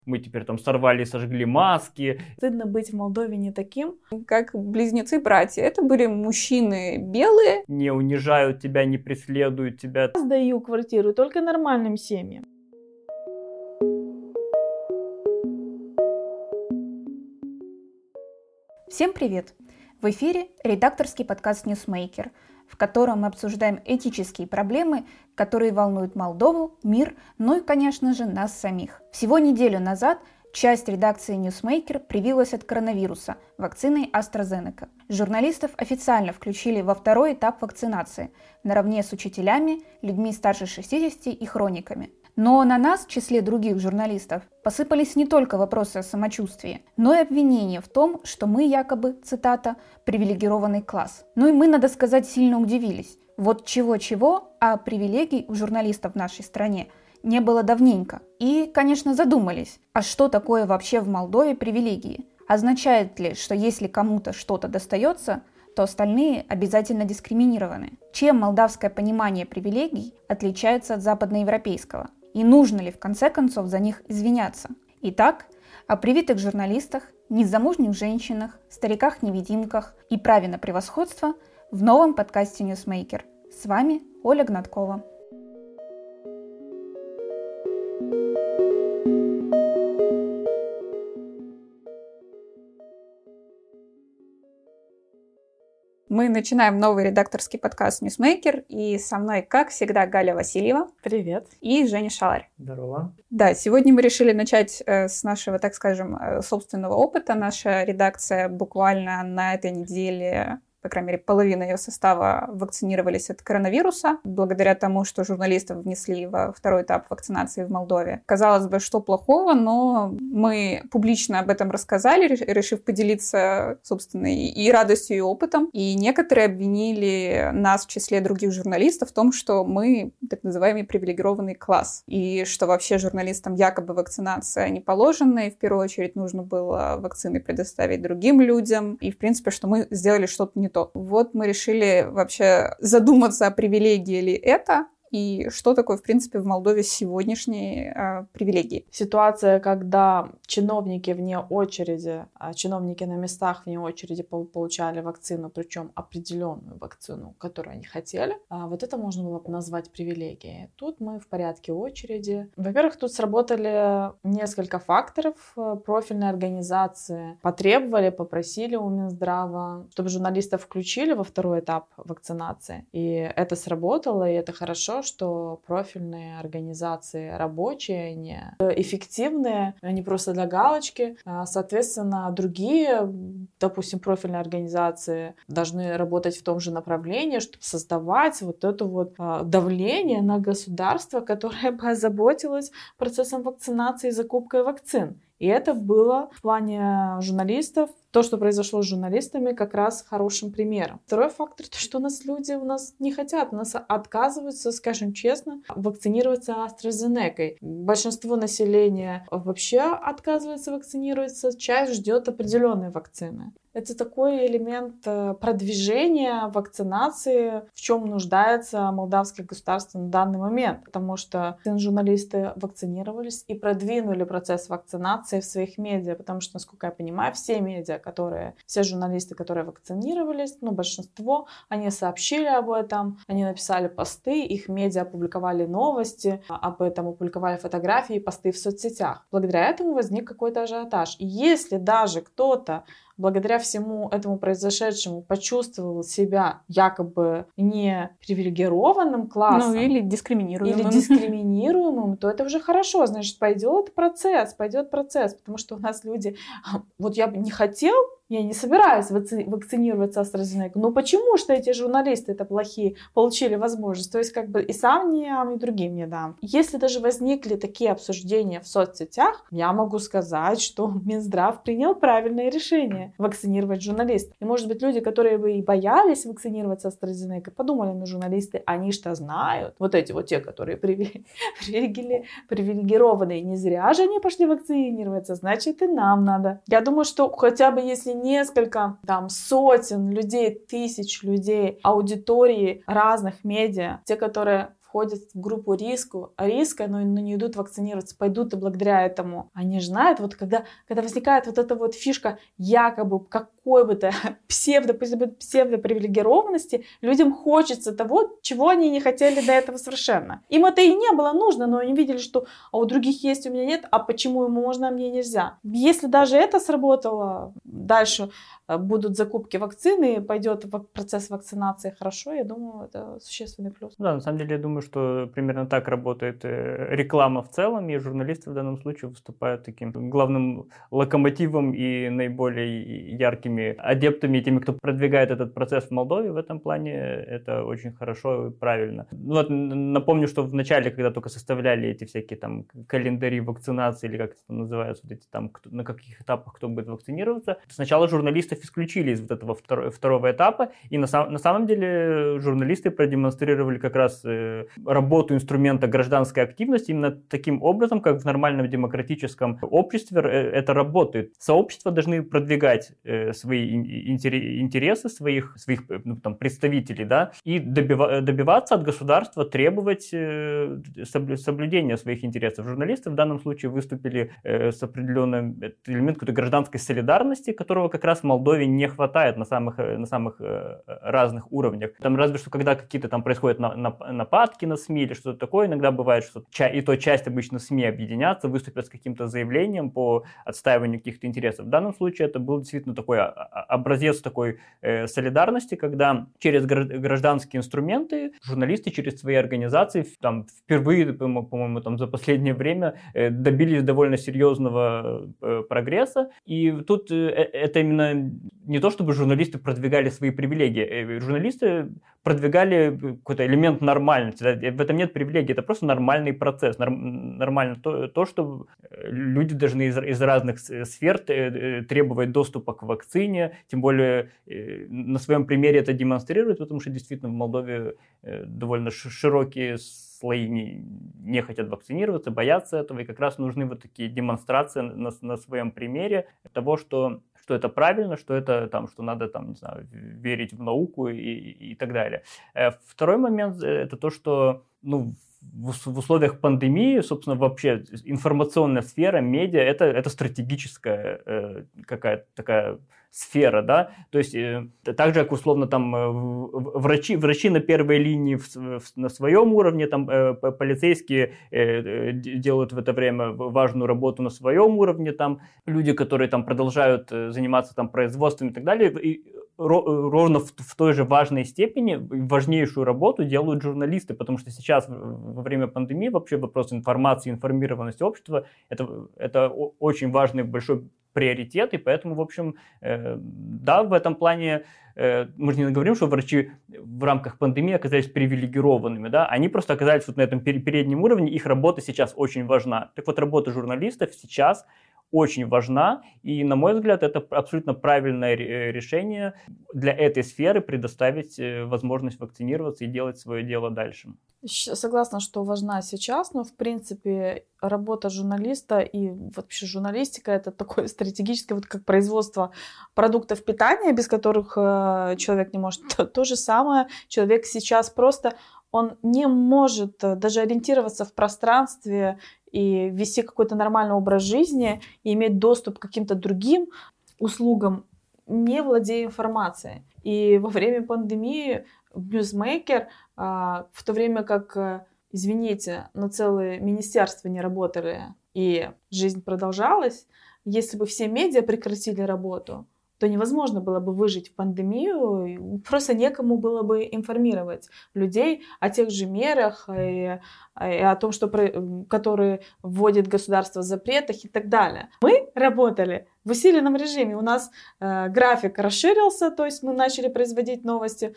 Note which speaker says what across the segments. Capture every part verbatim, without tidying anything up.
Speaker 1: Мы теперь там сорвали и сожгли маски.
Speaker 2: Стыдно быть в Молдове не таким, как близнецы-братья. Это были мужчины белые.
Speaker 1: Не унижают тебя, не преследуют тебя.
Speaker 3: Сдаю квартиру только нормальным семьям.
Speaker 2: Всем привет! В эфире редакторский подкаст «Ньюсмейкер», в котором мы обсуждаем этические проблемы, которые волнуют Молдову, мир, ну и, конечно же, нас самих. Всего неделю назад часть редакции «Ньюсмейкер» привилась от коронавируса вакциной AstraZeneca. Журналистов официально включили во второй этап вакцинации, наравне с учителями, людьми старше шестидесяти и хрониками. Но на нас, в числе других журналистов, посыпались не только вопросы о самочувствии, но и обвинения в том, что мы якобы, цитата, «привилегированный класс». Ну и мы, надо сказать, сильно удивились. Вот чего-чего, а привилегий у журналистов в нашей стране не было давненько. И, конечно, задумались, а что такое вообще в Молдове привилегии? Означает ли, что если кому-то что-то достается, то остальные обязательно дискриминированы? Чем молдавское понимание привилегий отличается от западноевропейского? И нужно ли в конце концов за них извиняться? Итак, о привитых журналистах, незамужних женщинах, стариках-невидимках и праве на превосходство в новом подкасте «Ньюсмейкер». С вами Оля Гнаткова. Мы начинаем новый редакторский подкаст «Ньюсмейкер», и со мной, как всегда, Галя Васильева.
Speaker 3: Привет.
Speaker 2: И Женя Шаларь.
Speaker 1: Здорово.
Speaker 2: Да, сегодня мы решили начать э, с нашего, так скажем, э, собственного опыта. Наша редакция буквально на этой неделе, по крайней мере, половина ее состава вакцинировались от коронавируса, благодаря тому, что журналистов внесли во второй этап вакцинации в Молдове. Казалось бы, что плохого, но мы публично об этом рассказали, решив поделиться, собственно, и радостью, и опытом. И некоторые обвинили нас в числе других журналистов в том, что мы так называемый привилегированный класс, и что вообще журналистам якобы вакцинация не положена, и в первую очередь нужно было вакцины предоставить другим людям, и, в принципе, что мы сделали что-то не то. Вот мы решили вообще задуматься, а привилегия ли это, и что такое, в принципе, в Молдове сегодняшние э, привилегии.
Speaker 3: Ситуация, когда чиновники вне очереди, чиновники на местах вне очереди получали вакцину, причем определенную вакцину, которую они хотели, вот это можно было бы назвать привилегией. Тут мы в порядке очереди. Во-первых, тут сработали несколько факторов. Профильные организации потребовали, попросили у Минздрава, чтобы журналистов включили во второй этап вакцинации. И это сработало, и это хорошо, что профильные организации рабочие, они эффективные, они просто для галочки. Соответственно, другие, допустим, профильные организации должны работать в том же направлении, чтобы создавать вот это вот давление на государство, которое бы озаботилось процессом вакцинации и закупкой вакцин. И это было в плане журналистов, то, что произошло с журналистами, как раз хорошим примером. Второй фактор, то, что у нас люди у нас не хотят, у нас отказываются, скажем честно, вакцинироваться AstraZeneca. Большинство населения вообще отказывается вакцинироваться, часть ждет определенной вакцины. Это такой элемент продвижения вакцинации, в чем нуждается молдавское государство на данный момент, потому что журналисты вакцинировались и продвинули процесс вакцинации в своих медиа, потому что, насколько я понимаю, все медиа, которые, все журналисты, которые вакцинировались, ну, большинство, они сообщили об этом, они написали посты, их медиа опубликовали новости об этом, опубликовали фотографии и посты в соцсетях. Благодаря этому возник какой-то ажиотаж. И если даже кто-то благодаря всему этому произошедшему почувствовал себя якобы не привилегированным классом,
Speaker 2: ну, или дискриминируемым.
Speaker 3: или дискриминируемым, то это уже хорошо. Значит, пойдет процесс, пойдет процесс. Потому что у нас люди... Вот я бы не хотел, я не собираюсь вакци- вакцинироваться AstraZeneca. Но почему что эти журналисты это плохие получили возможность? То есть как бы и сам не дам, и другим не дам. Если даже возникли такие обсуждения в соцсетях, я могу сказать, что Минздрав принял правильное решение вакцинировать журналистов. И может быть люди, которые бы и боялись вакцинироваться AstraZeneca, подумали, ну журналисты, они что знают. Вот эти вот те, которые привилегированные, привилегированные, не зря же они пошли вакцинироваться, значит и нам надо. Я думаю, что хотя бы если несколько, там, сотен людей, тысяч людей, аудитории разных медиа, те, которые входят в группу риску, риска, но, но не идут вакцинироваться, пойдут и благодаря этому. Они же знают, вот когда, когда возникает вот эта вот фишка якобы какой бы то псевдо, пусть будет псевдопривилегированности, людям хочется того, чего они не хотели до этого совершенно. Им это и не было нужно, но они видели, что а у других есть, у меня нет, а почему ему можно, а мне нельзя. Если даже это сработало, дальше будут закупки вакцины, пойдет процесс вакцинации хорошо, я думаю, это существенный плюс.
Speaker 1: Да, на самом деле, я думаю, что примерно так работает реклама в целом, и журналисты в данном случае выступают таким главным локомотивом и наиболее яркими адептами, теми, кто продвигает этот процесс в Молдове. В этом плане это очень хорошо и правильно. Ну, вот, напомню, что в начале, когда только составляли эти всякие там календари вакцинации, или как это называется, вот эти там, кто, на каких этапах кто будет вакцинироваться, сначала журналистов исключили из вот этого второго, второго этапа, и на, сам, на самом деле журналисты продемонстрировали как раз э, работу инструмента гражданской активности именно таким образом, как в нормальном демократическом обществе э, это работает. Сообщества должны продвигать э, свои интересы своих, своих ну, там, представителей, да, и добива, добиваться от государства, требовать э, соблюдения своих интересов. Журналисты в данном случае выступили э, с определенным элементом какой-то гражданской солидарности, которого как раз в Молдове не хватает на самых, на самых разных уровнях. Там разве что когда какие-то там происходят нападки на СМИ или что-то такое, иногда бывает, что и то часть обычно СМИ объединятся, выступят с каким-то заявлением по отстаиванию каких-то интересов. В данном случае это был действительно такой образец такой солидарности, когда через гражданские инструменты журналисты через свои организации там впервые, по-моему, там за последнее время добились довольно серьезного прогресса. И тут это именно не то, чтобы журналисты продвигали свои привилегии. Журналисты продвигали какой-то элемент нормальности. Да? В этом нет привилегий, это просто нормальный процесс. Норм, нормально то, то, что люди должны из, из разных сфер требовать доступа к вакцине, тем более на своем примере это демонстрируют, потому что действительно в Молдове довольно широкие слои не, не хотят вакцинироваться, боятся этого, и как раз нужны вот такие демонстрации на, на своем примере того, что что это правильно, что это там, что надо там, не знаю, верить в науку и, и, и так далее. Второй момент это то, что ну, в условиях пандемии, собственно, вообще информационная сфера, медиа, это, это стратегическая э, какая-то такая сфера, да, то есть э, так же, как условно там э, врачи, врачи на первой линии в, в, на своем уровне, там э, полицейские э, делают в это время важную работу на своем уровне, там люди, которые там продолжают заниматься там производством и так далее, и ровно в, в той же важной степени важнейшую работу делают журналисты, потому что сейчас во время пандемии вообще вопрос информации, информированности общества это, это очень важный большой приоритет, и поэтому, в общем, э, да, в этом плане э, мы же не говорим, что врачи в рамках пандемии оказались привилегированными, да, они просто оказались вот на этом переднем уровне, их работа сейчас очень важна. Так вот, работа журналистов сейчас очень важна, и, на мой взгляд, это абсолютно правильное решение для этой сферы предоставить возможность вакцинироваться и делать свое дело дальше.
Speaker 3: Согласна, что важна сейчас, но, в принципе, работа журналиста и вообще журналистика — это такое стратегическое, вот как производство продуктов питания, без которых человек не может. То, то же самое, человек сейчас просто, он не может даже ориентироваться в пространстве и вести какой-то нормальный образ жизни и иметь доступ к каким-то другим услугам, не владея информацией. И во время пандемии Newsmaker, в то время как, извините, но целые министерства не работали и жизнь продолжалась, если бы все медиа прекратили работу, то невозможно было бы выжить в пандемию, просто некому было бы информировать людей о тех же мерах и, и о том, что, которые вводит государство в запретах и так далее. Мы работали в усиленном режиме. У нас э, график расширился, то есть мы начали производить новости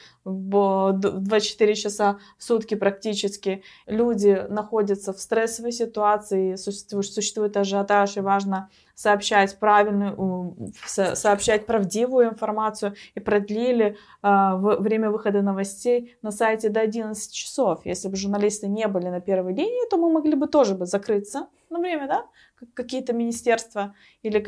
Speaker 3: в двадцать четыре часа в сутки практически. Люди находятся в стрессовой ситуации, существует, существует ажиотаж, и важно сообщать правильную, сообщать правдивую информацию, и продлили э, время выхода новостей на сайте до одиннадцати часов. Если бы журналисты не были на первой линии, то мы могли бы тоже бы закрыться на время, да, какие-то министерства или какие-то администрации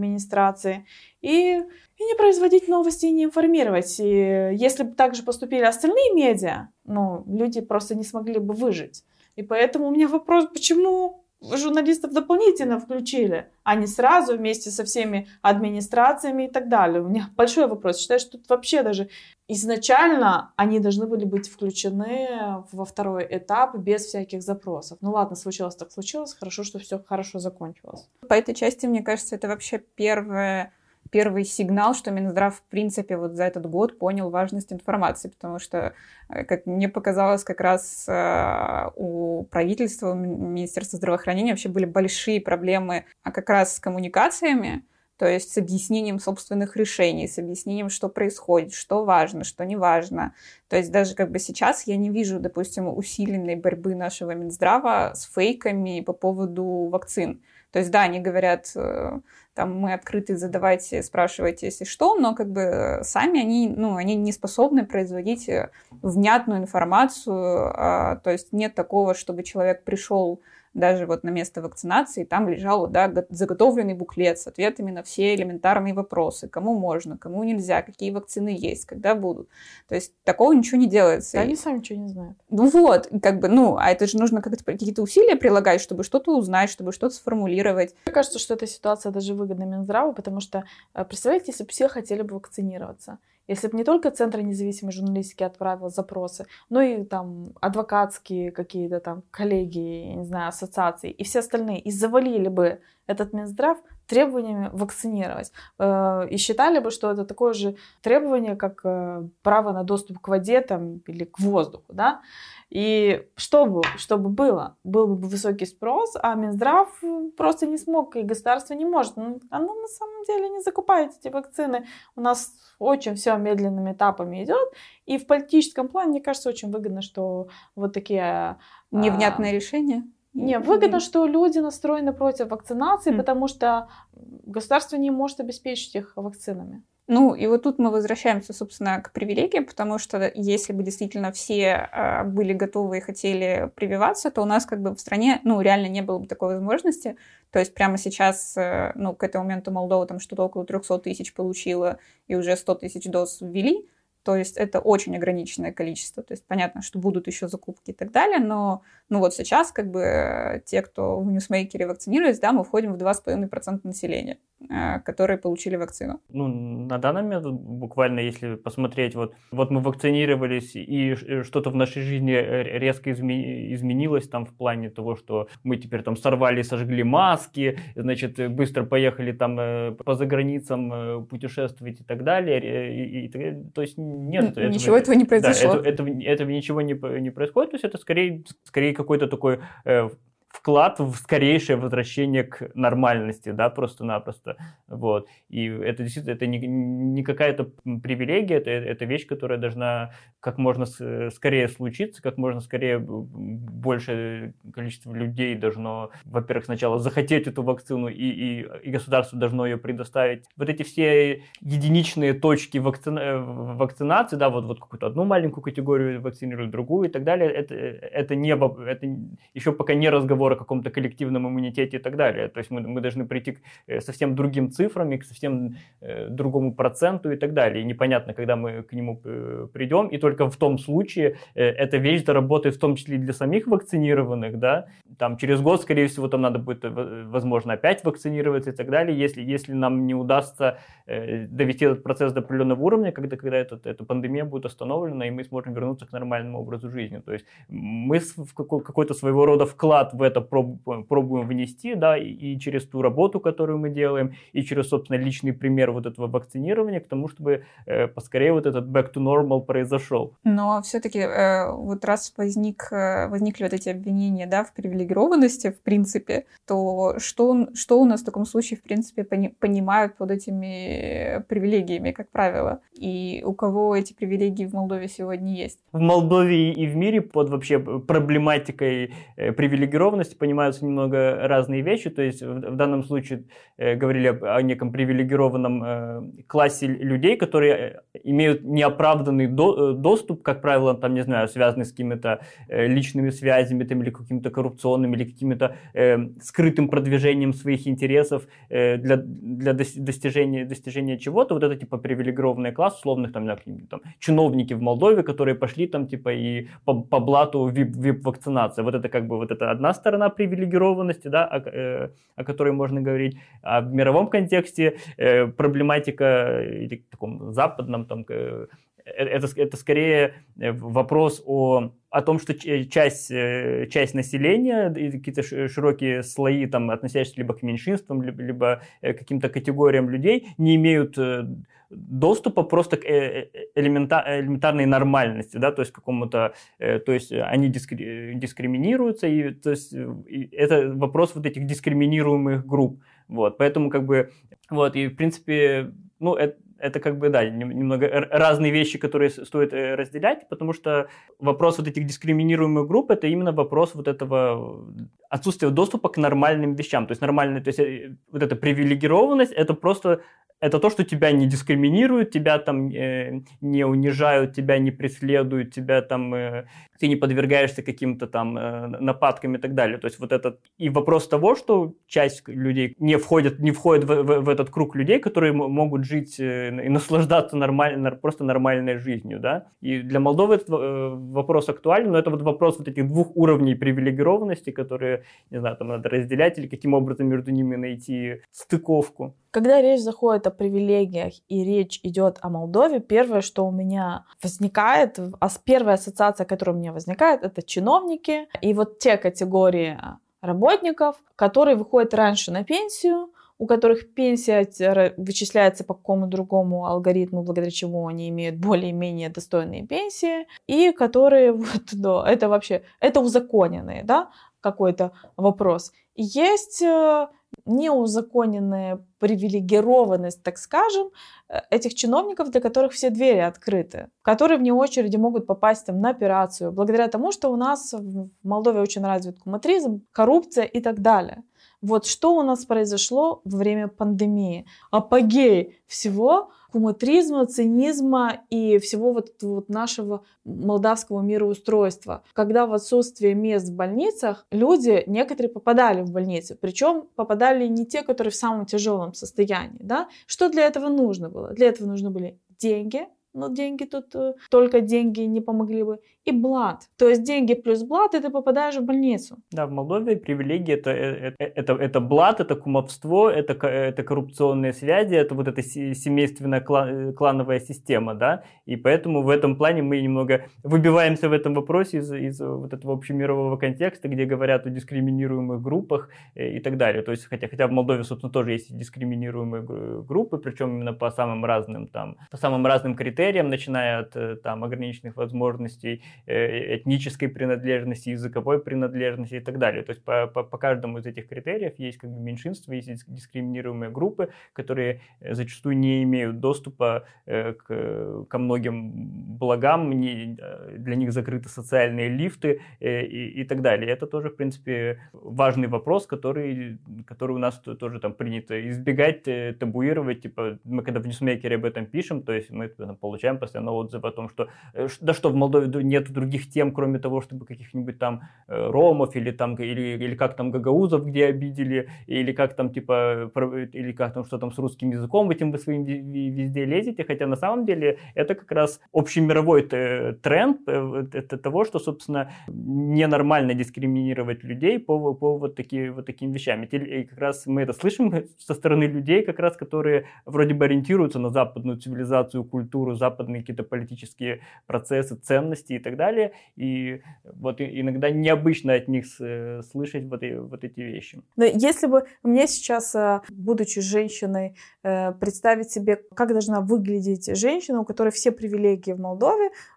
Speaker 3: администрации, и, и не производить новости, и не информировать. И если бы так же поступили остальные медиа, ну, люди просто не смогли бы выжить. И поэтому у меня вопрос, почему журналистов дополнительно включили, а не сразу вместе со всеми администрациями и так далее. У меня большой вопрос. Считаю, что тут вообще даже изначально они должны были быть включены во второй этап без всяких запросов. Ну ладно, случилось так случилось, хорошо, что все хорошо закончилось.
Speaker 2: По этой части, мне кажется, это вообще первое... первый сигнал, что Минздрав, в принципе, вот за этот год понял важность информации, потому что, как мне показалось, как раз э, у правительства, у Министерства здравоохранения вообще были большие проблемы а как раз с коммуникациями, то есть с объяснением собственных решений, с объяснением, что происходит, что важно, что не важно. То есть даже как бы сейчас я не вижу, допустим, усиленной борьбы нашего Минздрава с фейками по поводу вакцин. То есть, да, они говорят, там, мы открыты, задавайте, спрашивайте, если что, но как бы сами они, ну, они не способны производить внятную информацию, то есть нет такого, чтобы человек пришел даже вот на место вакцинации, там лежал, да, заготовленный буклет с ответами на все элементарные вопросы, кому можно, кому нельзя, какие вакцины есть, когда будут. То есть такого ничего не делается.
Speaker 3: Да, они сами ничего не знают.
Speaker 2: Ну вот, как бы, ну, а это же нужно как-то какие-то усилия прилагать, чтобы что-то узнать, чтобы что-то сформулировать.
Speaker 3: Мне кажется, что эта ситуация даже выгодна Минздраву, потому что, представляете, если бы все хотели бы вакцинироваться, если бы не только Центр независимой журналистики отправил запросы, но и там адвокатские какие-то там коллеги, я не знаю, ассоциации и все остальные, и завалили бы этот Минздрав требованиями вакцинировать. И считали бы, что это такое же требование, как право на доступ к воде там, или к воздуху, да? И что бы, что бы было? Был бы высокий спрос, а Минздрав просто не смог, и государство не может. Ну, оно на самом деле не закупает эти вакцины. У нас очень все медленными этапами идет. И в политическом плане, мне кажется, очень выгодно, что вот такие...
Speaker 2: Невнятные а... решения?
Speaker 3: Не, выгодно, что люди настроены против вакцинации, mm. потому что государство не может обеспечить их вакцинами.
Speaker 2: Ну, и вот тут мы возвращаемся, собственно, к привилегиям, потому что если бы действительно все э, были готовы и хотели прививаться, то у нас как бы в стране, ну, реально не было бы такой возможности. То есть прямо сейчас, э, ну, к этому моменту Молдова там что-то около триста тысяч получила, и уже сто тысяч доз ввели. То есть это очень ограниченное количество. То есть понятно, что будут еще закупки и так далее, но ну вот сейчас как бы те, кто в Ньюсмейкере вакцинировались, да, мы входим в два с половиной процента населения, которые получили вакцину.
Speaker 1: Ну, на данный момент буквально, если посмотреть, вот, вот мы вакцинировались, и что-то в нашей жизни резко изме- изменилось там в плане того, что мы теперь там сорвали и сожгли маски, значит, быстро поехали там по заграницам путешествовать и так далее. И, и, то есть нет.
Speaker 2: Ничего этого, этого не произошло.
Speaker 1: Да, это, этого, этого ничего не, не происходит. То есть это скорее, скорее какой-то такой э, вклад в скорейшее возвращение к нормальности, да, просто-напросто. Вот. И это действительно это не, не какая-то привилегия, это, это вещь, которая должна как можно скорее случиться, как можно скорее большее количество людей должно, во-первых, сначала захотеть эту вакцину, и, и, и государство должно ее предоставить. Вот эти все единичные точки вакцина, вакцинации, да, вот, вот какую-то одну маленькую категорию вакцинировали, другую и так далее, это, это, не, это еще пока не разговор о каком-то коллективном иммунитете и так далее. То есть мы, мы должны прийти к совсем другим цифрам и к совсем э, другому проценту и так далее. И непонятно, когда мы к нему э, придем. И только в том случае э, эта вещь заработает в том числе и для самих вакцинированных. Да? Там через год, скорее всего, там надо будет, возможно, опять вакцинироваться и так далее. Если, если нам не удастся э, довести этот процесс до определенного уровня, когда, когда этот, эта пандемия будет остановлена, и мы сможем вернуться к нормальному образу жизни. То есть мы в какой- какой-то своего рода вклад в это пробуем внести, да, и через ту работу, которую мы делаем, и через, собственно, личный пример вот этого вакцинирования к тому, чтобы э, поскорее вот этот back to normal произошел.
Speaker 2: Но все-таки э, вот раз возник, э, возникли вот эти обвинения, да, в привилегированности, в принципе, то что, что у нас в таком случае, в принципе, пони- понимают под этими привилегиями, как правило? И у кого эти привилегии в Молдове сегодня есть?
Speaker 1: В Молдове и в мире под вообще проблематикой э, привилегированности привилегированности понимаются немного разные вещи. То есть в, в данном случае э, говорили об, о неком привилегированном э, классе людей, которые имеют неоправданный до, доступ, как правило, там, не знаю, связанный с какими-то э, личными связями там, или какими-то коррупционными, или какими-то э, скрытым продвижением своих интересов э, для, для достижения, достижения чего-то. Вот это типа привилегированный класс условных там, там, чиновники в Молдове, которые пошли там типа и по, по блату вип-вакцинации. Вот это как бы вот это одна сторона привилегированности, да, о, э, о которой можно говорить. А в мировом контексте э, проблематика или в таком западном там, э, это, это скорее вопрос о, о том, что часть, часть населения, какие-то широкие слои, там, относящиеся либо к меньшинствам, либо, либо к каким-то категориям людей, не имеют доступа просто к элемента, элементарной нормальности, да, то есть к какому-то, то есть они дискри, дискриминируются, и, то есть, и это вопрос вот этих дискриминируемых групп, вот, поэтому как бы, вот, и в принципе, ну, это Это как бы, да, немного разные вещи, которые стоит разделять, потому что вопрос вот этих дискриминируемых групп – это именно вопрос вот этого отсутствия доступа к нормальным вещам. То есть нормальная, то есть вот эта привилегированность – это просто это то, что тебя не дискриминируют, тебя там э, не унижают, тебя не преследуют, тебя там э, ты не подвергаешься каким-то там э, нападкам и так далее. То есть вот этот и вопрос того, что часть людей не входит, не входит в, в, в этот круг людей, которые могут жить э, и наслаждаться нормально, просто нормальной жизнью, да. И для Молдовы этот э, вопрос актуален, но это вот вопрос вот этих двух уровней привилегированности, которые, не знаю, там надо разделять или каким образом между ними найти стыковку.
Speaker 3: Когда речь заходит о привилегиях и речь идет о Молдове, первое, что у меня возникает, а первая ассоциация, которая у меня возникает, это чиновники и вот те категории работников, которые выходят раньше на пенсию, у которых пенсия вычисляется по какому-то другому алгоритму, благодаря чему они имеют более-менее достойные пенсии, и которые, вот, да, это вообще, это узаконенные, да, какой-то вопрос. И есть неузаконенная привилегированность, так скажем, этих чиновников, для которых все двери открыты, которые вне очереди могут попасть там, на операцию, благодаря тому, что у нас в Молдове очень развит куматризм, коррупция и так далее. Вот что у нас произошло во время пандемии. Апогей всего куматризма, цинизма и всего вот, вот нашего молдавского мироустройства. Когда в отсутствие мест в больницах люди, некоторые попадали в больницы, причем попадали не те, которые в самом тяжелом состоянии. Да? Что для этого нужно было? Для этого нужны были деньги, но деньги тут э, только деньги не помогли бы. И блат. То есть деньги плюс блат, и ты попадаешь в больницу.
Speaker 1: Да, в Молдове привилегии это, это, это, это блат, это кумовство, это, это коррупционные связи, это вот эта семейственная клановая система, да, и поэтому в этом плане мы немного выбиваемся в этом вопросе из, из вот этого общемирового контекста, где говорят о дискриминируемых группах и так далее. То есть, хотя, хотя в Молдове, собственно, тоже есть дискриминируемые группы, причем именно по самым разным, там, по самым разным критериям, начиная от там, ограниченных возможностей, этнической принадлежности, языковой принадлежности и так далее. То есть по, по, по каждому из этих критериев есть как бы меньшинства, есть дискриминируемые группы, которые зачастую не имеют доступа э, к, ко многим благам, не, для них закрыты социальные лифты э, и, и так далее. Это тоже, в принципе, важный вопрос, который, который у нас тоже там принято избегать, э, табуировать. Типа, мы когда в Newsmaker об этом пишем, то есть мы там, получаем постоянно отзывы о том, что э, да что в Молдове нет других тем, кроме того, чтобы каких-нибудь там э, ромов или там или, или как там гагаузов, где обидели, или как там типа или как там что там с русским языком, этим вы своим везде лезете, хотя на самом деле это как раз общемировой тренд это того, что собственно ненормально дискриминировать людей по, по вот, такие, вот таким вещам. И как раз мы это слышим со стороны людей, как раз которые вроде бы ориентируются на западную цивилизацию, культуру, западные какие-то политические процессы, ценности и так далее. И вот иногда необычно от них слышать вот, вот эти вещи.
Speaker 3: Но если бы мне сейчас, будучи женщиной, представить себе, как должна выглядеть женщина, у которой все привилегии в Молдове,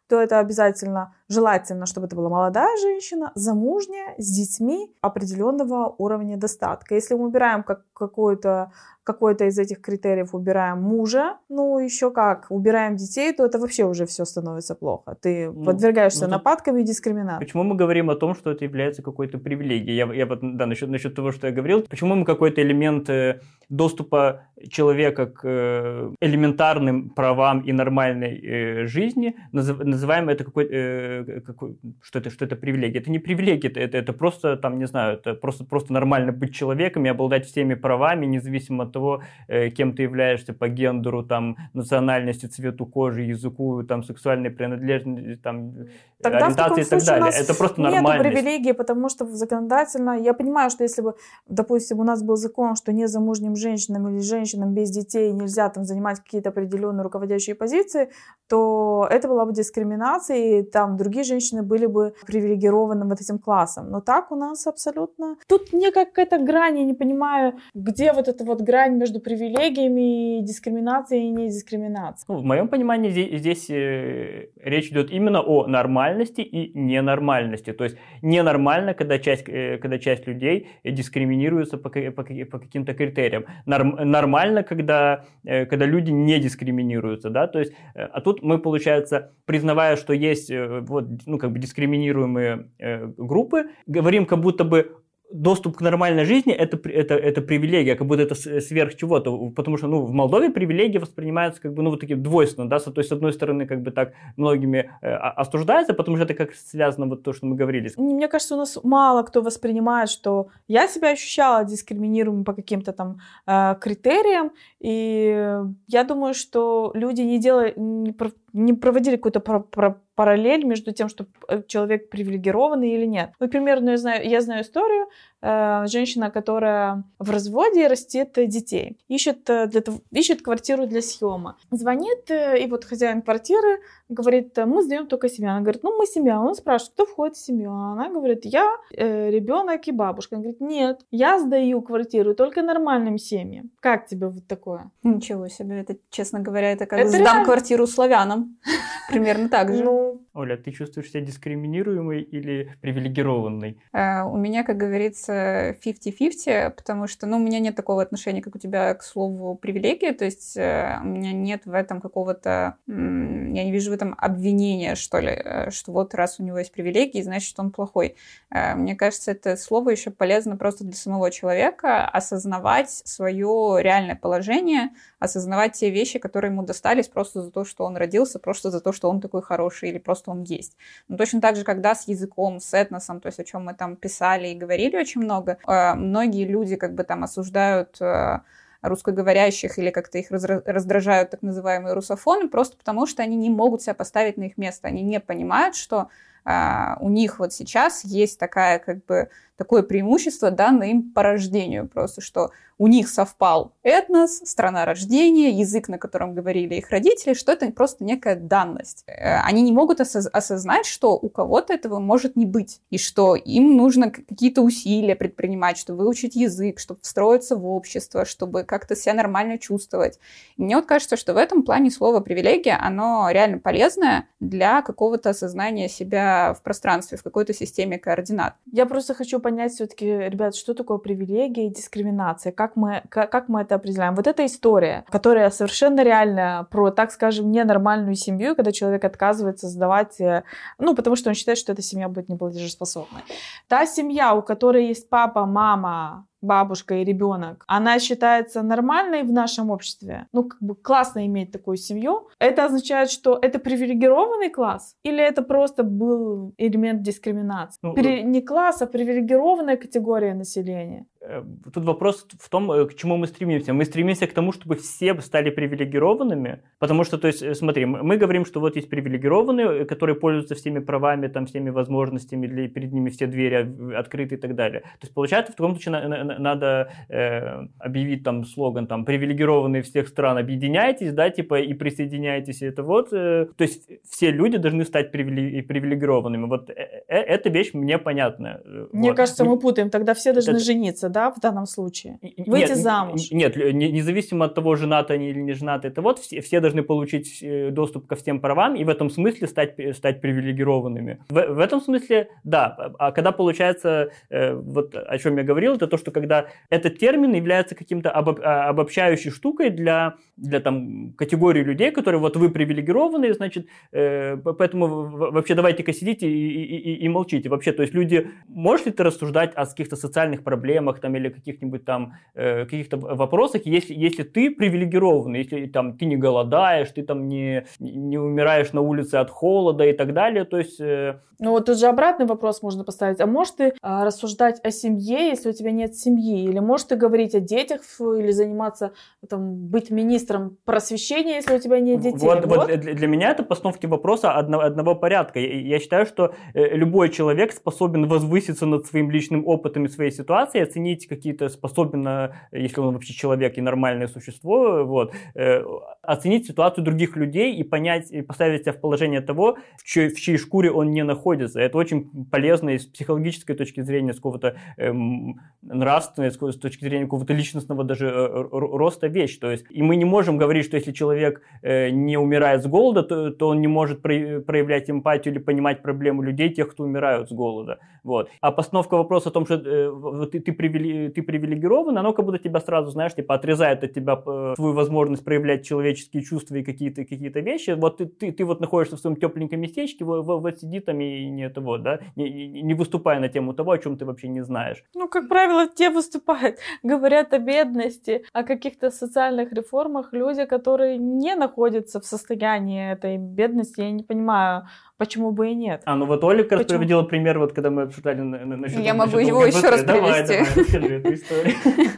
Speaker 3: то это обязательно, желательно, чтобы это была молодая женщина, замужняя, с детьми определенного уровня достатка. Если мы убираем как, какую-то какой-то из этих критериев, убираем мужа, ну, еще как, убираем детей, то это вообще уже все становится плохо. Ты ну, подвергаешься ну, нападкам и дискриминации.
Speaker 1: Почему мы говорим о том, что это является какой-то привилегией? Я, я вот, да, насчет, насчет того, что я говорил, почему мы какой-то элемент доступа человека к элементарным правам и нормальной жизни называем это какой, какой что это, что это привилегия? Это не привилегия, это, это, это просто, там, не знаю, это просто, просто нормально быть человеком и обладать всеми правами, независимо от того, кем ты являешься по гендеру, там, национальности, цвету кожи, языку, там, сексуальной принадлежности, там,
Speaker 3: тогда
Speaker 1: ориентации и так далее. Это просто нормальность.
Speaker 3: Нет привилегии, потому что законодательно, я понимаю, что если бы, допустим, у нас был закон, что незамужним женщинам или женщинам без детей нельзя там занимать какие-то определенные руководящие позиции, то это была бы дискриминация, и там другие женщины были бы привилегированы вот этим классом. Но так у нас абсолютно... Тут не какая-то грань, я не понимаю, где вот эта вот грань между привилегиями и дискриминацией и недискриминацией.
Speaker 1: Ну, в моем понимании здесь, здесь э, речь идет именно о нормальности и ненормальности. То есть ненормально, когда часть, э, когда часть людей дискриминируется по, по, по каким-то критериям. Норм, нормально, когда, э, когда люди не дискриминируются. Да? То есть, э, а тут мы, получается, признавая, что есть э, вот, ну, как бы дискриминируемые э, группы, говорим как будто бы доступ к нормальной жизни это, это, это привилегия, как будто это сверх чего-то, потому что ну, в Молдове привилегии воспринимаются как бы, ну, вот такие двойственно, да, то есть с одной стороны как бы так многими э, осуждается, потому что это как связано вот то, что мы говорили.
Speaker 3: Мне кажется, у нас мало кто воспринимает, что я себя ощущала дискриминируемой по каким-то там э, критериям, и я думаю, что люди не делали, не, не проводили какую-то про, про, параллель между тем, что человек привилегированный или нет. Ну, примерно я знаю, я знаю историю, э, женщина, которая в разводе и растит детей, ищет, для того, ищет квартиру для съема. Звонит, э, и вот хозяин квартиры говорит, мы сдаем только семью. Она говорит, ну мы семья. Он спрашивает, кто входит в семью? Она говорит, я, э, ребенок и бабушка. Он говорит, нет, я сдаю квартиру только нормальным семьям. Как тебе вот такое?
Speaker 2: Ничего себе, это, честно говоря, это как
Speaker 3: это
Speaker 2: сдам
Speaker 3: реально...
Speaker 2: квартиру славянам. Примерно так же.
Speaker 3: Ну...
Speaker 1: Оля, ты чувствуешь себя дискриминируемой или привилегированной?
Speaker 2: Uh, у меня, как говорится, фифти фифти, потому что, ну, у меня нет такого отношения, как у тебя, к слову, привилегии, то есть uh, у меня нет в этом какого-то, м- я не вижу в этом обвинения, что ли, uh, что вот раз у него есть привилегии, значит, он плохой. Uh, мне кажется, это слово еще полезно просто для самого человека осознавать свое реальное положение, осознавать те вещи, которые ему достались просто за то, что он родился, просто за то, что он такой хороший или просто он есть. Но точно так же, когда с языком, с этносом, то есть о чем мы там писали и говорили очень много, э, многие люди как бы там осуждают э, русскоговорящих или как-то их раздражают так называемые русофоны, просто потому что они не могут себя поставить на их место, они не понимают, что э, у них вот сейчас есть такая как бы такое преимущество, данное им по рождению, просто что у них совпал этнос, страна рождения, язык, на котором говорили их родители, что это просто некая данность. Они не могут осоз- осознать, что у кого-то этого может не быть, и что им нужно какие-то усилия предпринимать, чтобы выучить язык, чтобы встроиться в общество, чтобы как-то себя нормально чувствовать. И мне вот кажется, что в этом плане слово «привилегия», оно реально полезное для какого-то осознания себя в пространстве, в какой-то системе координат.
Speaker 3: Я просто хочу понять все-таки, ребят, что такое привилегия и дискриминация, как мы, как, как мы это определяем. Вот эта история, которая совершенно реальная про, так скажем, ненормальную семью, когда человек отказывается сдавать, ну, потому что он считает, что эта семья будет неплатежеспособной. Та семья, у которой есть папа, мама, бабушка и ребенок, она считается нормальной в нашем обществе. Ну, как бы классно иметь такую семью. Это означает, что это привилегированный класс? Или это просто был элемент дискриминации? Ну, При... Не класс, а привилегированная категория населения.
Speaker 1: Тут вопрос в том, к чему мы стремимся. Мы стремимся к тому, чтобы все стали привилегированными, потому что, то есть, смотри, мы говорим, что вот есть привилегированные, которые пользуются всеми правами, там, всеми возможностями, для, перед ними все двери открыты и так далее. То есть, получается, в таком случае на, на, надо э, объявить там слоган, там, привилегированные всех стран, объединяйтесь, да, типа, и присоединяйтесь, и это вот, э, то есть, все люди должны стать привилегированными. Вот э, э, эта вещь мне понятна.
Speaker 3: Мне
Speaker 1: вот.
Speaker 3: кажется, мы путаем, тогда все должны это... жениться. да, в данном случае? Выйти
Speaker 1: нет,
Speaker 3: замуж?
Speaker 1: Нет, независимо от того, женаты они или не женаты, это вот все, все должны получить доступ ко всем правам и в этом смысле стать, стать привилегированными. В, в этом смысле, да. А когда получается, вот о чем я говорил, это то, что когда этот термин является каким-то обоб, обобщающей штукой для, для там, категории людей, которые вот вы привилегированные, значит, поэтому вообще давайте-ка сидите и, и, и, и молчите. Вообще, то есть люди, можешь ли ты рассуждать о каких-то социальных проблемах там, или каких-нибудь там э, каких-то вопросах, если, если ты привилегированный, если там ты не голодаешь, ты там не, не умираешь на улице от холода и так далее, то есть... Э...
Speaker 3: Ну вот тут же обратный вопрос можно поставить. А можешь ты а, рассуждать о семье, если у тебя нет семьи? Или можешь ты говорить о детях или заниматься, там, быть министром просвещения, если у тебя нет детей?
Speaker 1: Вот, вот. вот для меня это постановки вопроса одного, одного порядка. Я, я считаю, что любой человек способен возвыситься над своим личным опытом и своей ситуацией, оценить какие-то, способен, если он вообще человек и нормальное существо, вот, э, оценить ситуацию других людей и понять, и поставить себя в положение того, в чьей, в чьей шкуре он не находится. Это очень полезно и с психологической точки зрения, с какого-то эм, нравственной, с точки зрения какого-то личностного даже э, роста вещь. То есть, и мы не можем говорить, что если человек э, не умирает с голода, то, то он не может про- проявлять эмпатию или понимать проблему людей, тех, кто умирают с голода. Вот. А постановка вопроса о том, что э, ты, ты, привили, ты привилегирован, оно как будто тебя сразу, знаешь, типа отрезает от тебя э, свою возможность проявлять человеческие чувства и какие-то, какие-то вещи. Вот ты, ты, ты вот находишься в своем тепленьком местечке, вот, вот сиди там и не это вот, да, не, не, не выступая на тему того, о чем ты вообще не знаешь.
Speaker 3: Ну, как правило, те выступают, говорят о бедности, о каких-то социальных реформах люди, которые не находятся в состоянии этой бедности. Я не понимаю, почему бы и нет.
Speaker 1: А, ну вот Оля как раз приводила пример, вот когда мы обсуждали насчет...
Speaker 2: Я могу его еще раз привести.
Speaker 1: Давай, давай, расскажи эту историю.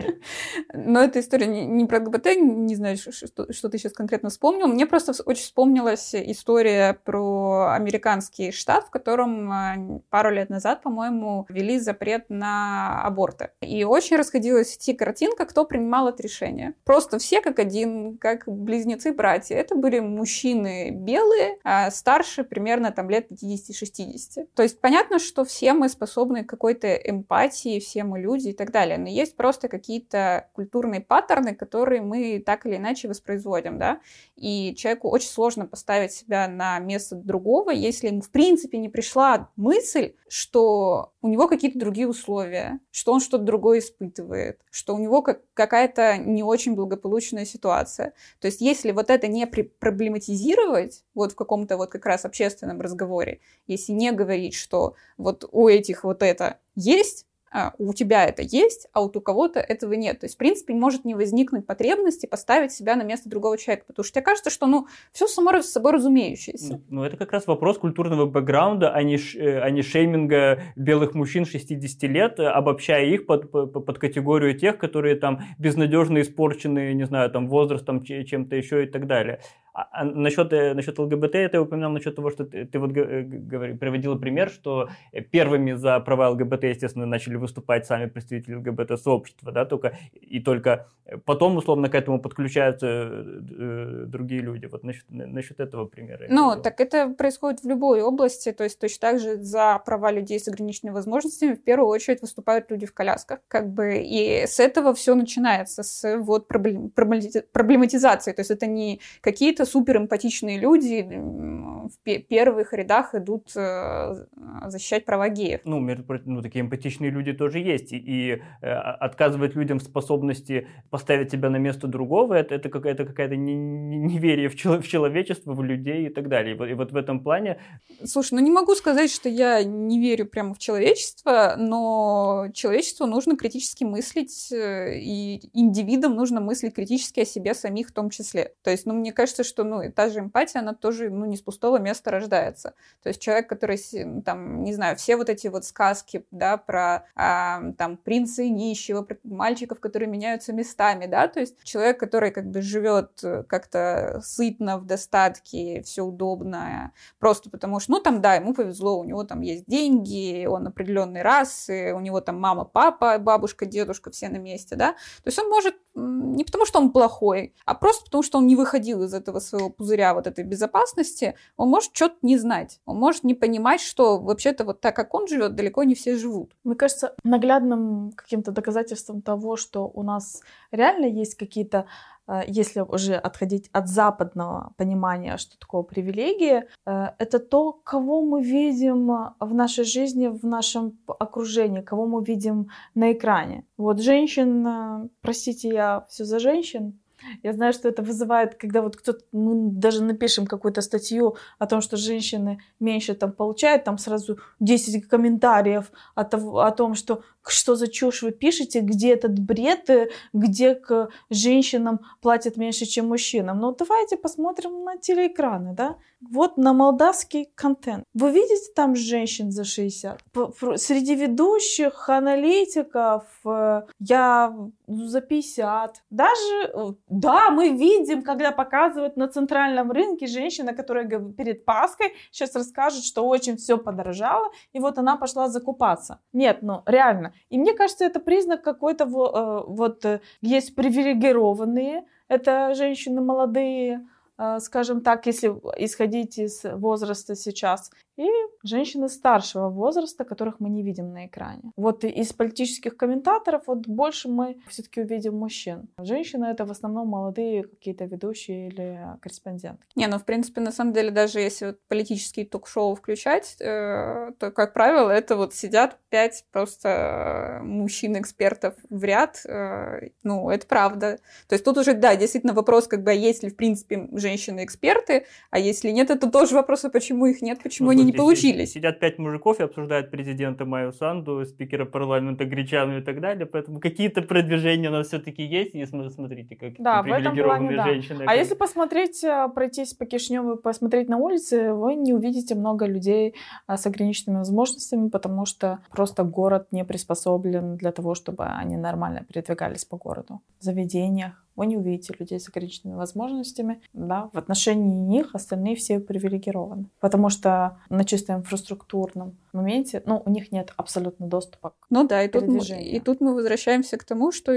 Speaker 2: Но эта история не про ЛГБТ, не знаю, что ты сейчас конкретно вспомнил. Мне просто очень вспомнилась история про американский штат, в котором пару лет назад, по-моему, ввели запрет на аборты. И очень расходилась в сети картинка, кто принимал это решение. Просто все как один, как близнецы-братья. Это были мужчины белые, а старше примерно там лет пятьдесят-шестьдесят. То есть понятно, что все мы способны к какой-то эмпатии, все мы люди и так далее, но есть просто какие-то культурные паттерны, которые мы так или иначе воспроизводим, да, и человеку очень сложно поставить себя на место другого, если ему в принципе не пришла мысль, что у него какие-то другие условия, что он что-то другое испытывает, что у него как- какая-то не очень благополучная ситуация. То есть если вот это не при- проблематизировать вот в каком-то вот как раз общественном разговоре, если не говорить, что вот у этих вот это есть, а, у тебя это есть, а вот у кого-то этого нет. То есть, в принципе, может не возникнуть потребности поставить себя на место другого человека, потому что тебе кажется, что, ну, все само собой разумеющееся.
Speaker 1: Ну, ну, это как раз вопрос культурного бэкграунда, а не, ш, а не шейминга белых мужчин шестидесяти лет, обобщая их под, под, под категорию тех, которые там безнадежно испорчены, не знаю, там, возрастом, чем-то еще и так далее. А, а насчет, насчет ЛГБТ, ты упоминал насчет того, что ты, ты вот говори, приводила пример, что первыми за права ЛГБТ, естественно, начали выступать сами представители ЛГБТ-сообщества, да, только, и только потом, условно, к этому подключаются э, другие люди. Вот насчет, насчет этого примера.
Speaker 2: Ну, так это происходит в любой области, то есть точно так же за права людей с ограниченными возможностями в первую очередь выступают люди в колясках, как бы, и с этого все начинается, с вот проблем, проблематизации, то есть это не какие-то суперэмпатичные люди в первых рядах идут защищать права геев.
Speaker 1: Ну, между прочим, ну, такие эмпатичные люди тоже есть. И, и э, отказывать людям в способности поставить себя на место другого, это, это какая-то, какая-то не, не, неверие в, чело, в человечество, в людей и так далее. И вот, и вот в этом плане...
Speaker 2: Слушай, ну не могу сказать, что я не верю прямо в человечество, но человечеству нужно критически мыслить, и индивидам нужно мыслить критически о себе самих в том числе. То есть, ну, мне кажется, что что, ну, и та же эмпатия, она тоже, ну, не с пустого места рождается. То есть человек, который, там, не знаю, все вот эти вот сказки, да, про, а, там, принца и нищего, про мальчиков, которые меняются местами, да, то есть человек, который, как бы, живет как-то сытно, в достатке, все удобно, просто потому что, ну, там, да, ему повезло, у него там есть деньги, он определенной расы, у него там мама, папа, бабушка, дедушка, все на месте, да, то есть он может не потому, что он плохой, а просто потому, что он не выходил из этого этого своего пузыря вот этой безопасности, он может что-то не знать, он может не понимать, что вообще-то вот так, как он живет, далеко не все живут.
Speaker 3: Мне кажется, наглядным каким-то доказательством того, что у нас реально есть какие-то, если уже отходить от западного понимания, что такое привилегии, это то, кого мы видим в нашей жизни, в нашем окружении, кого мы видим на экране. Вот женщин, простите, я все за женщин. Я знаю, что это вызывает, когда вот кто-то, мы даже напишем какую-то статью о том, что женщины меньше там получают, там сразу десять комментариев о, того, о том, что что за чушь вы пишете, где этот бред, где к женщинам платят меньше, чем мужчинам. Ну, давайте посмотрим на телеэкраны, да? Вот на молдавский контент. Вы видите там женщин за шестьдесят? Среди ведущих, аналитиков, я за пятьдесят. Даже, да, мы видим, когда показывают на центральном рынке женщина, которая перед Пасхой сейчас расскажет, что очень все подорожало, и вот она пошла закупаться. Нет, ну, реально. И мне кажется, это признак какой-то, вот, есть привилегированные, это женщины молодые, скажем так, если исходить из возраста сейчас, и женщины старшего возраста, которых мы не видим на экране. Вот из политических комментаторов вот больше мы все-таки увидим мужчин. Женщины — это в основном молодые какие-то ведущие или корреспонденты.
Speaker 2: Не, ну в принципе, на самом деле, даже если вот политические ток-шоу включать, э, то, как правило, это вот сидят пять просто мужчин-экспертов в ряд. Э, ну, это правда. То есть тут уже, да, действительно вопрос, как бы, есть ли в принципе женщины-эксперты, а если нет, это тоже вопрос, а почему их нет, почему ну, они не получились.
Speaker 1: Сидят пять мужиков и обсуждают президента Майю Санду, спикера парламента Гречану и так далее, поэтому какие-то продвижения у нас все-таки есть, и смотрите, как
Speaker 3: да,
Speaker 1: привилегированные
Speaker 3: плане,
Speaker 1: женщины.
Speaker 3: Да. А если посмотреть, пройтись по Кишиневу, посмотреть на улице, вы не увидите много людей с ограниченными возможностями, потому что просто город не приспособлен для того, чтобы они нормально передвигались по городу. В заведениях вы не увидите людей с ограниченными возможностями. Да, в отношении них остальные все привилегированы. Потому что на чисто инфраструктурном моменте, ну, у них нет абсолютно доступа к
Speaker 2: Ну да, и тут, мы, и тут мы возвращаемся к тому, что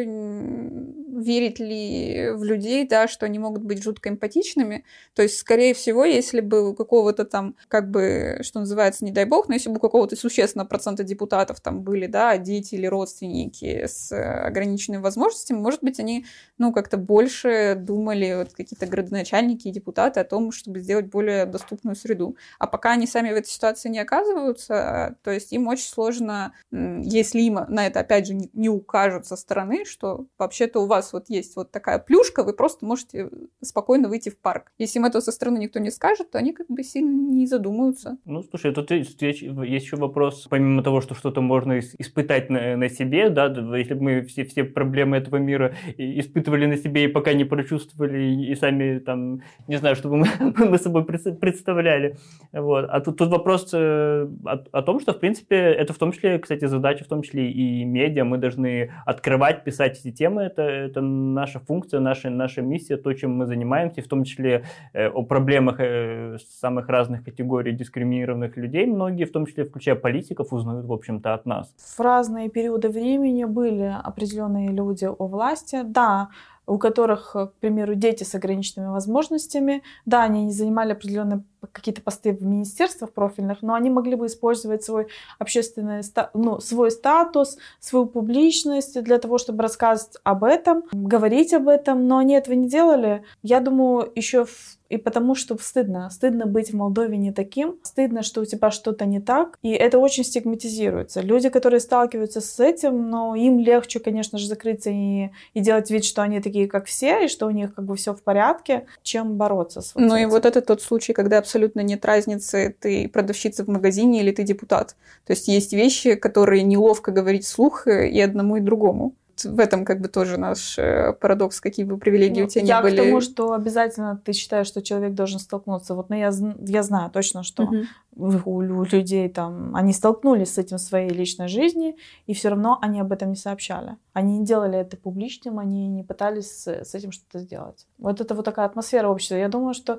Speaker 2: верить ли в людей, да, что они могут быть жутко эмпатичными. То есть, скорее всего, если бы у какого-то там, как бы, что называется, не дай бог, но если бы у какого-то существенного процента депутатов там были, да, дети или родственники с ограниченными возможностями, может быть, они, ну, как-то больше думали, вот какие-то градоначальники и депутаты, о том, чтобы сделать более доступную среду. А пока они сами в этой ситуации не оказываются, то есть им очень сложно, если им на это, опять же, не укажут со стороны, что вообще-то у вас вот есть вот такая плюшка, вы просто можете спокойно выйти в парк. Если им этого со стороны никто не скажет, то они как бы сильно не задумаются.
Speaker 1: Ну, слушай, тут есть, есть еще вопрос, помимо того, что что-то можно испытать на, на себе, да, если бы мы все, все проблемы этого мира испытывали на себе и пока не прочувствовали, и сами там, не знаю, чтобы мы, мы собой представляли. Вот. А тут, тут вопрос о, о том, что, в принципе, это в том числе, кстати, задача, в том числе и медиа, мы должны открывать, писать эти темы, это, это наша функция, наша, наша миссия, то, чем мы занимаемся, в том числе э, о проблемах э, самых разных категорий дискриминированных людей, многие, в том числе, включая политиков, узнают, в общем-то, от нас.
Speaker 3: В разные периоды времени были определенные люди у власти, да, у которых, к примеру, дети с ограниченными возможностями, да, они не занимали определенные какие-то посты в министерствах профильных, но они могли бы использовать свой общественный, ну, свой статус, свою публичность для того, чтобы рассказывать об этом, говорить об этом, но они этого не делали. Я думаю, еще и потому, что стыдно. Стыдно быть в Молдове не таким, стыдно, что у тебя что-то не так, и это очень стигматизируется. Люди, которые сталкиваются с этим, но им легче, конечно же, закрыться и, и делать вид, что они такие, как все, и что у них как бы все в порядке, чем бороться с вот
Speaker 2: Ну
Speaker 3: этим.
Speaker 2: И вот это тот случай, когда абсолютно нет разницы, ты продавщица в магазине или ты депутат. То есть есть вещи, которые неловко говорить вслух и одному, и другому. В этом как бы тоже наш парадокс, какие бы привилегии
Speaker 3: ну,
Speaker 2: у тебя
Speaker 3: я
Speaker 2: не были.
Speaker 3: Я к тому, что обязательно ты считаешь, что человек должен столкнуться. Вот, но я, я знаю точно, что uh-huh. у, у людей там, они столкнулись с этим в своей личной жизни, и все равно они об этом не сообщали. Они не делали это публичным, они не пытались с, с этим что-то сделать. Вот это вот такая атмосфера общества. Я думаю, что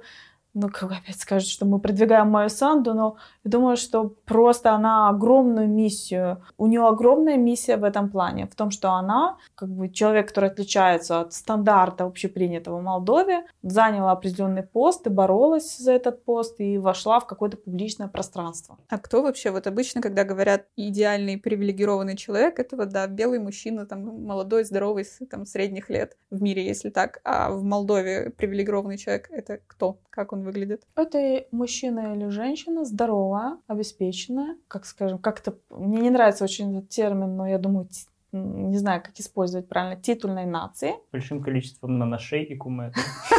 Speaker 3: ну, как опять скажут, что мы продвигаем Майю Санду, но я думаю, что просто она огромную миссию, у нее огромная миссия в этом плане, в том, что она, как бы человек, который отличается от стандарта общепринятого в Молдове, заняла определенный пост и боролась за этот пост и вошла в какое-то публичное пространство.
Speaker 2: А кто вообще, вот обычно, когда говорят идеальный привилегированный человек, это вот, да, белый мужчина, там, молодой, здоровый, там, средних лет в мире, если так, а в Молдове привилегированный человек — это кто? Как он выглядит?
Speaker 3: Это мужчина или женщина, здоровая, обеспеченная, как скажем, как-то... Мне не нравится очень этот термин, но я думаю, не знаю, как использовать правильно, титульной нации.
Speaker 1: Большим количеством наношей и кумет.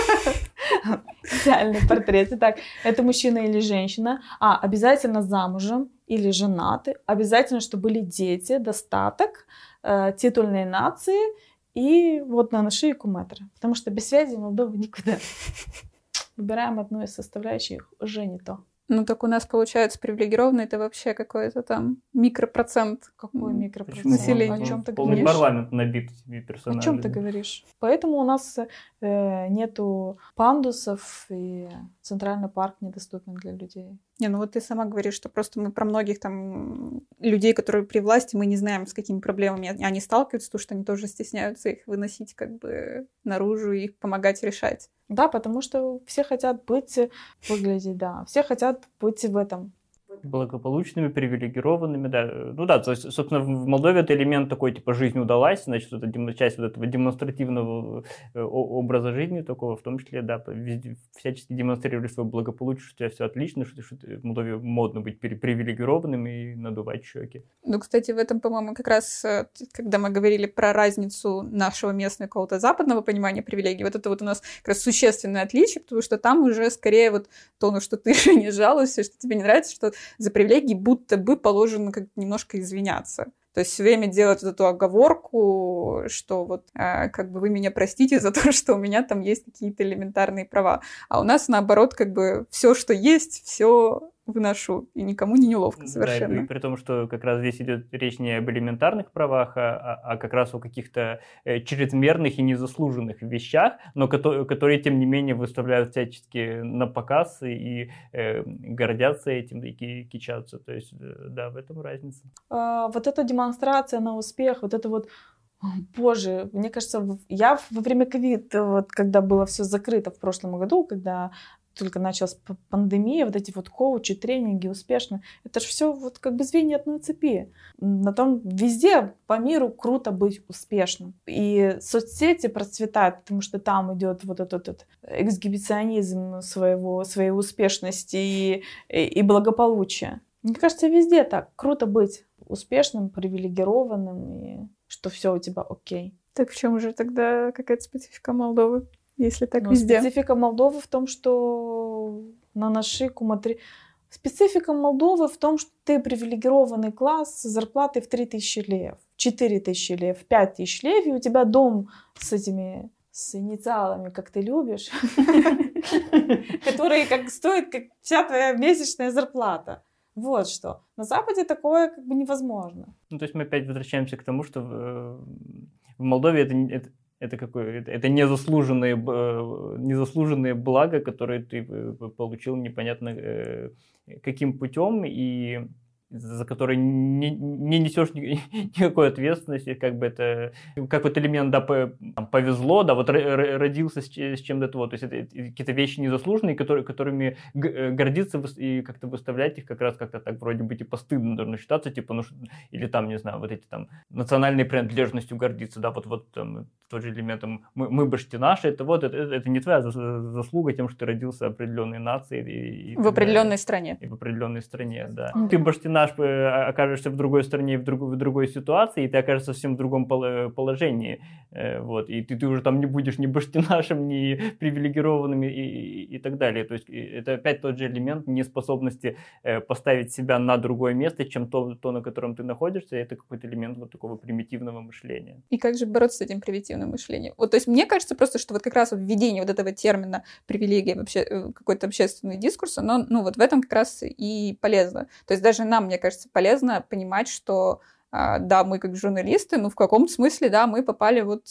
Speaker 3: Идеальный портрет. Итак, это мужчина или женщина, а обязательно замужем или женаты, обязательно, чтобы были дети, достаток, э, титульной нации и вот наноши и куметры. Потому что без связи в Молдову никуда. Выбираем одну из составляющих, уже не то.
Speaker 2: Ну, так у нас, получается, привилегированный — это вообще какой-то там микропроцент.
Speaker 3: Какой микропроцент?
Speaker 2: Населения.
Speaker 3: О чем ты
Speaker 1: Полный
Speaker 3: говоришь?
Speaker 1: парламент набит этими персонажами.
Speaker 3: О чем ты говоришь? Поэтому у нас э, нету пандусов, и центральный парк недоступен для людей.
Speaker 2: Не, ну вот ты сама говоришь, что просто мы про многих там людей, которые при власти, мы не знаем, с какими проблемами они сталкиваются, потому что они тоже стесняются их выносить как бы наружу и их помогать решать.
Speaker 3: Да, потому что все хотят быть, выглядеть, да, все хотят быть в этом.
Speaker 1: Благополучными, привилегированными, да. Ну да, то есть, собственно, в Молдове это элемент такой, типа, жизнь удалась, значит, это часть вот этого демонстративного образа жизни такого, в том числе, да, везде, всячески демонстрировали свое благополучие, что у тебя все отлично, что, что в Молдове модно быть привилегированным и надувать щеки.
Speaker 2: Ну, кстати, в этом, по-моему, как раз, когда мы говорили про разницу нашего местного какого-то западного понимания привилегий, вот это вот у нас как раз существенное отличие, потому что там уже скорее вот то, на что ты же не жалуешься, что тебе не нравится, что за привилегии будто бы положено как немножко извиняться. То есть все время делать вот эту оговорку, что вот э, как бы вы меня простите за то, что у меня там есть какие-то элементарные права. А у нас наоборот как бы все, что есть, все выношу, и никому не неловко совершенно.
Speaker 1: Да, и при том, что как раз здесь идет речь не об элементарных правах, а, а, а как раз о каких-то э, чрезмерных и незаслуженных вещах, но которые, которые тем не менее выставляют всячески на показ и э, гордятся этим и кичатся. То есть, э, да, в этом разница.
Speaker 3: А, вот эта демонстрация на успех, вот это вот, боже, мне кажется, я во время ковида, вот когда было все закрыто в прошлом году, когда только началась пандемия, вот эти вот коучи, тренинги успешно. Это же все вот как бы звенья одной цепи. На том везде по миру круто быть успешным. И соцсети процветают, потому что там идет вот этот, этот эксгибиционизм своего, своей успешности и, и, и благополучия. Мне кажется, везде так. Круто быть успешным, привилегированным, и что все у тебя окей.
Speaker 2: Так в чем же тогда какая-то специфика Молдовы? Если так
Speaker 3: Но
Speaker 2: везде.
Speaker 3: Специфика Молдовы в том, что наноши, куматри... Специфика Молдовы в том, что ты привилегированный класс с зарплатой в три тысячи лев, четыре тысячи лев, пять тысяч лев, и у тебя дом с этими, с инициалами, как ты любишь, которые как стоят, как вся твоя месячная зарплата. Вот что. На Западе такое как бы невозможно.
Speaker 1: Ну, то есть мы опять возвращаемся к тому, что в, в Молдове это, это, это, какое, это, это незаслуженные, незаслуженные блага, которые ты получил непонятно каким путем, и за которые не, не несешь никакой ответственности, как бы это, как вот элемент, да, повезло, да, вот родился с чем-то, вот, то есть это какие-то вещи незаслуженные, которые, которыми гордиться и как-то выставлять их как раз как-то так вроде бы типа стыдно должно считаться, типа, ну, или там, не знаю, вот эти там национальной принадлежностью гордиться, да, вот, вот там тот же элемент, там, мы, мы баштинаши, это вот, это, это не твоя заслуга тем, что ты родился в определенной нации. И, и
Speaker 2: в определенной
Speaker 1: далее.
Speaker 2: стране.
Speaker 1: И в определенной стране, да.
Speaker 2: Mm-hmm.
Speaker 1: Ты баштинаш окажешься в другой стране, в, друг, в другой ситуации, и ты окажешься совсем в другом положении, вот, и ты, ты уже там не будешь ни баштинашем, ни привилегированным и, и, и так далее. То есть это опять тот же элемент неспособности поставить себя на другое место, чем то, то, на котором ты находишься, это какой-то элемент вот такого примитивного мышления.
Speaker 2: И как же бороться с этим примитивным мышлением? Вот, то есть мне кажется просто, что вот как раз вот введение вот этого термина привилегия, вообще какой-то общественный дискурс, оно, ну, вот в этом как раз и полезно. То есть даже нам, мне кажется, полезно понимать, что да, мы как журналисты, ну, в каком-то смысле, да, мы попали вот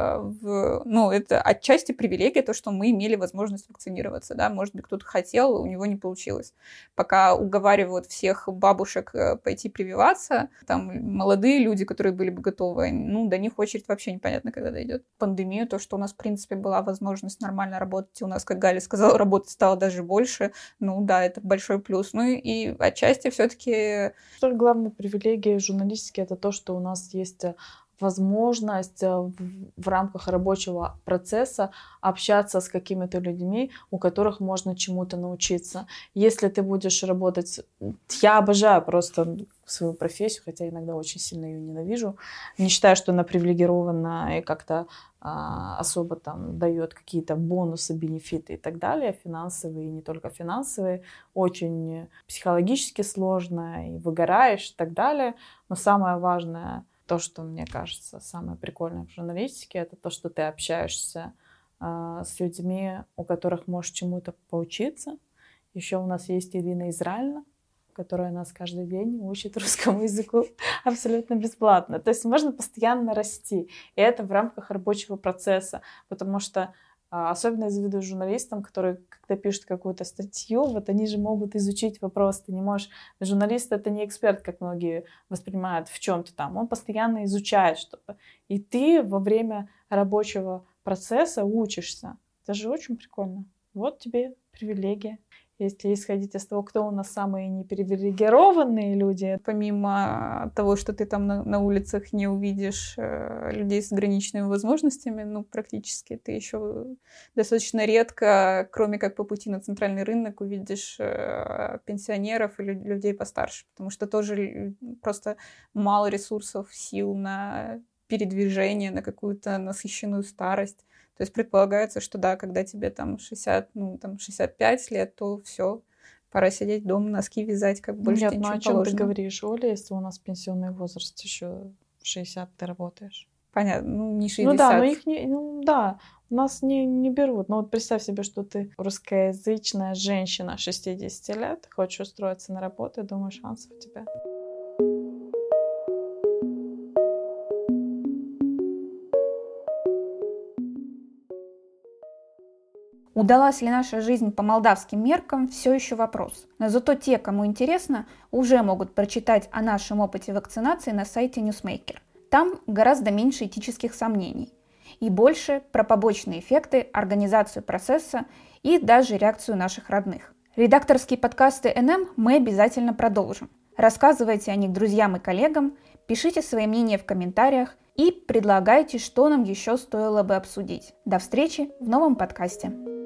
Speaker 2: в... Ну, это отчасти привилегия, то, что мы имели возможность вакцинироваться, да, может быть, кто-то хотел, у него не получилось. Пока уговаривают всех бабушек пойти прививаться, там, молодые люди, которые были бы готовы, ну, до них очередь вообще непонятно, когда дойдет. Пандемию, то, что у нас, в принципе, была возможность нормально работать, и у нас, как Галя сказала, работы стало даже больше, ну, да, это большой плюс. Ну, и отчасти все-таки...
Speaker 3: Что главная привилегия журналистики — это то, что у нас есть возможность в, в рамках рабочего процесса общаться с какими-то людьми, у которых можно чему-то научиться. Если ты будешь работать... Я обожаю просто свою профессию, хотя иногда очень сильно ее ненавижу. Не считаю, что она привилегирована и как-то а, особо там дает какие-то бонусы, бенефиты и так далее, финансовые и не только финансовые. Очень психологически сложно, и выгораешь и так далее. Но самое важное, то, что мне кажется самое прикольное в журналистике, это то, что ты общаешься э, с людьми, у которых можешь чему-то поучиться. Еще у нас есть Ирина Израильна, которая нас каждый день учит русскому языку абсолютно бесплатно. То есть можно постоянно расти. И это в рамках рабочего процесса, потому что особенно я завидую журналистам, которые, когда пишут какую-то статью, вот они же могут изучить вопрос. Ты не можешь... Журналист — это не эксперт, как многие воспринимают в чем-то там. Он постоянно изучает что-то. И ты во время рабочего процесса учишься. Это же очень прикольно. Вот тебе привилегия. Если исходить из того, кто у нас самые непривилегированные люди.
Speaker 2: Помимо того, что ты там на, на улицах не увидишь э, людей с ограниченными возможностями, ну, практически ты еще достаточно редко, кроме как по пути на центральный рынок, увидишь э, пенсионеров или людей постарше, потому что тоже просто мало ресурсов, сил на передвижение, на какую-то насыщенную старость. То есть предполагается, что да, когда тебе там шестьдесят, ну, там шестьдесят пять лет, то все, пора сидеть дома, носки вязать, как больше
Speaker 3: Нет,
Speaker 2: тебе
Speaker 3: ну
Speaker 2: ничего
Speaker 3: о чем
Speaker 2: положено.
Speaker 3: ты говоришь, Оля, если у нас пенсионный возраст еще в шестьдесят ты работаешь?
Speaker 2: Понятно, ну не шестьдесят.
Speaker 3: Ну да, но их не, ну да, нас не, не берут. Но вот представь себе, что ты русскоязычная женщина шестьдесят лет, хочешь устроиться на работу, и думаю, шансов у тебя.
Speaker 2: Удалась ли наша жизнь по молдавским меркам, все еще вопрос. Но зато те, кому интересно, уже могут прочитать о нашем опыте вакцинации на сайте Newsmaker. Там гораздо меньше этических сомнений. И больше про побочные эффекты, организацию процесса и даже реакцию наших родных. Редакторские подкасты эн эм мы обязательно продолжим. Рассказывайте о них друзьям и коллегам, пишите свои мнения в комментариях и предлагайте, что нам еще стоило бы обсудить. До встречи в новом подкасте.